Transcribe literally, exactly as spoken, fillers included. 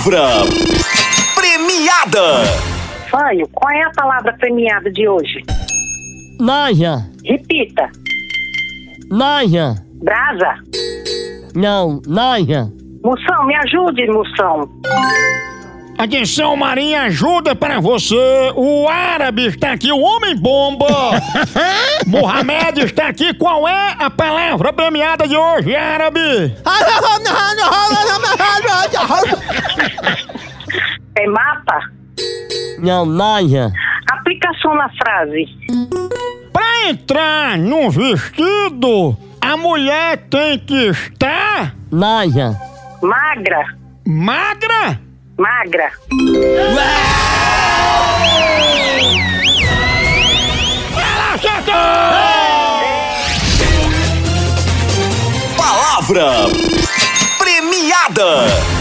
Palavra premiada. Fanho, qual é a palavra premiada de hoje? Naja. Repita. Naja. Brasa. Não, Naja. Moção, me ajude, moção. Atenção, Marinha, ajuda para você. O árabe está aqui, o homem bomba. Mohamed está aqui. Qual é a palavra premiada de hoje, árabe? É mapa? Não, Naja. Aplicação na frase. Para entrar num vestido, a mulher tem que estar Naja. Magra. magra. Magra. Ela acertou! Palavra premiada.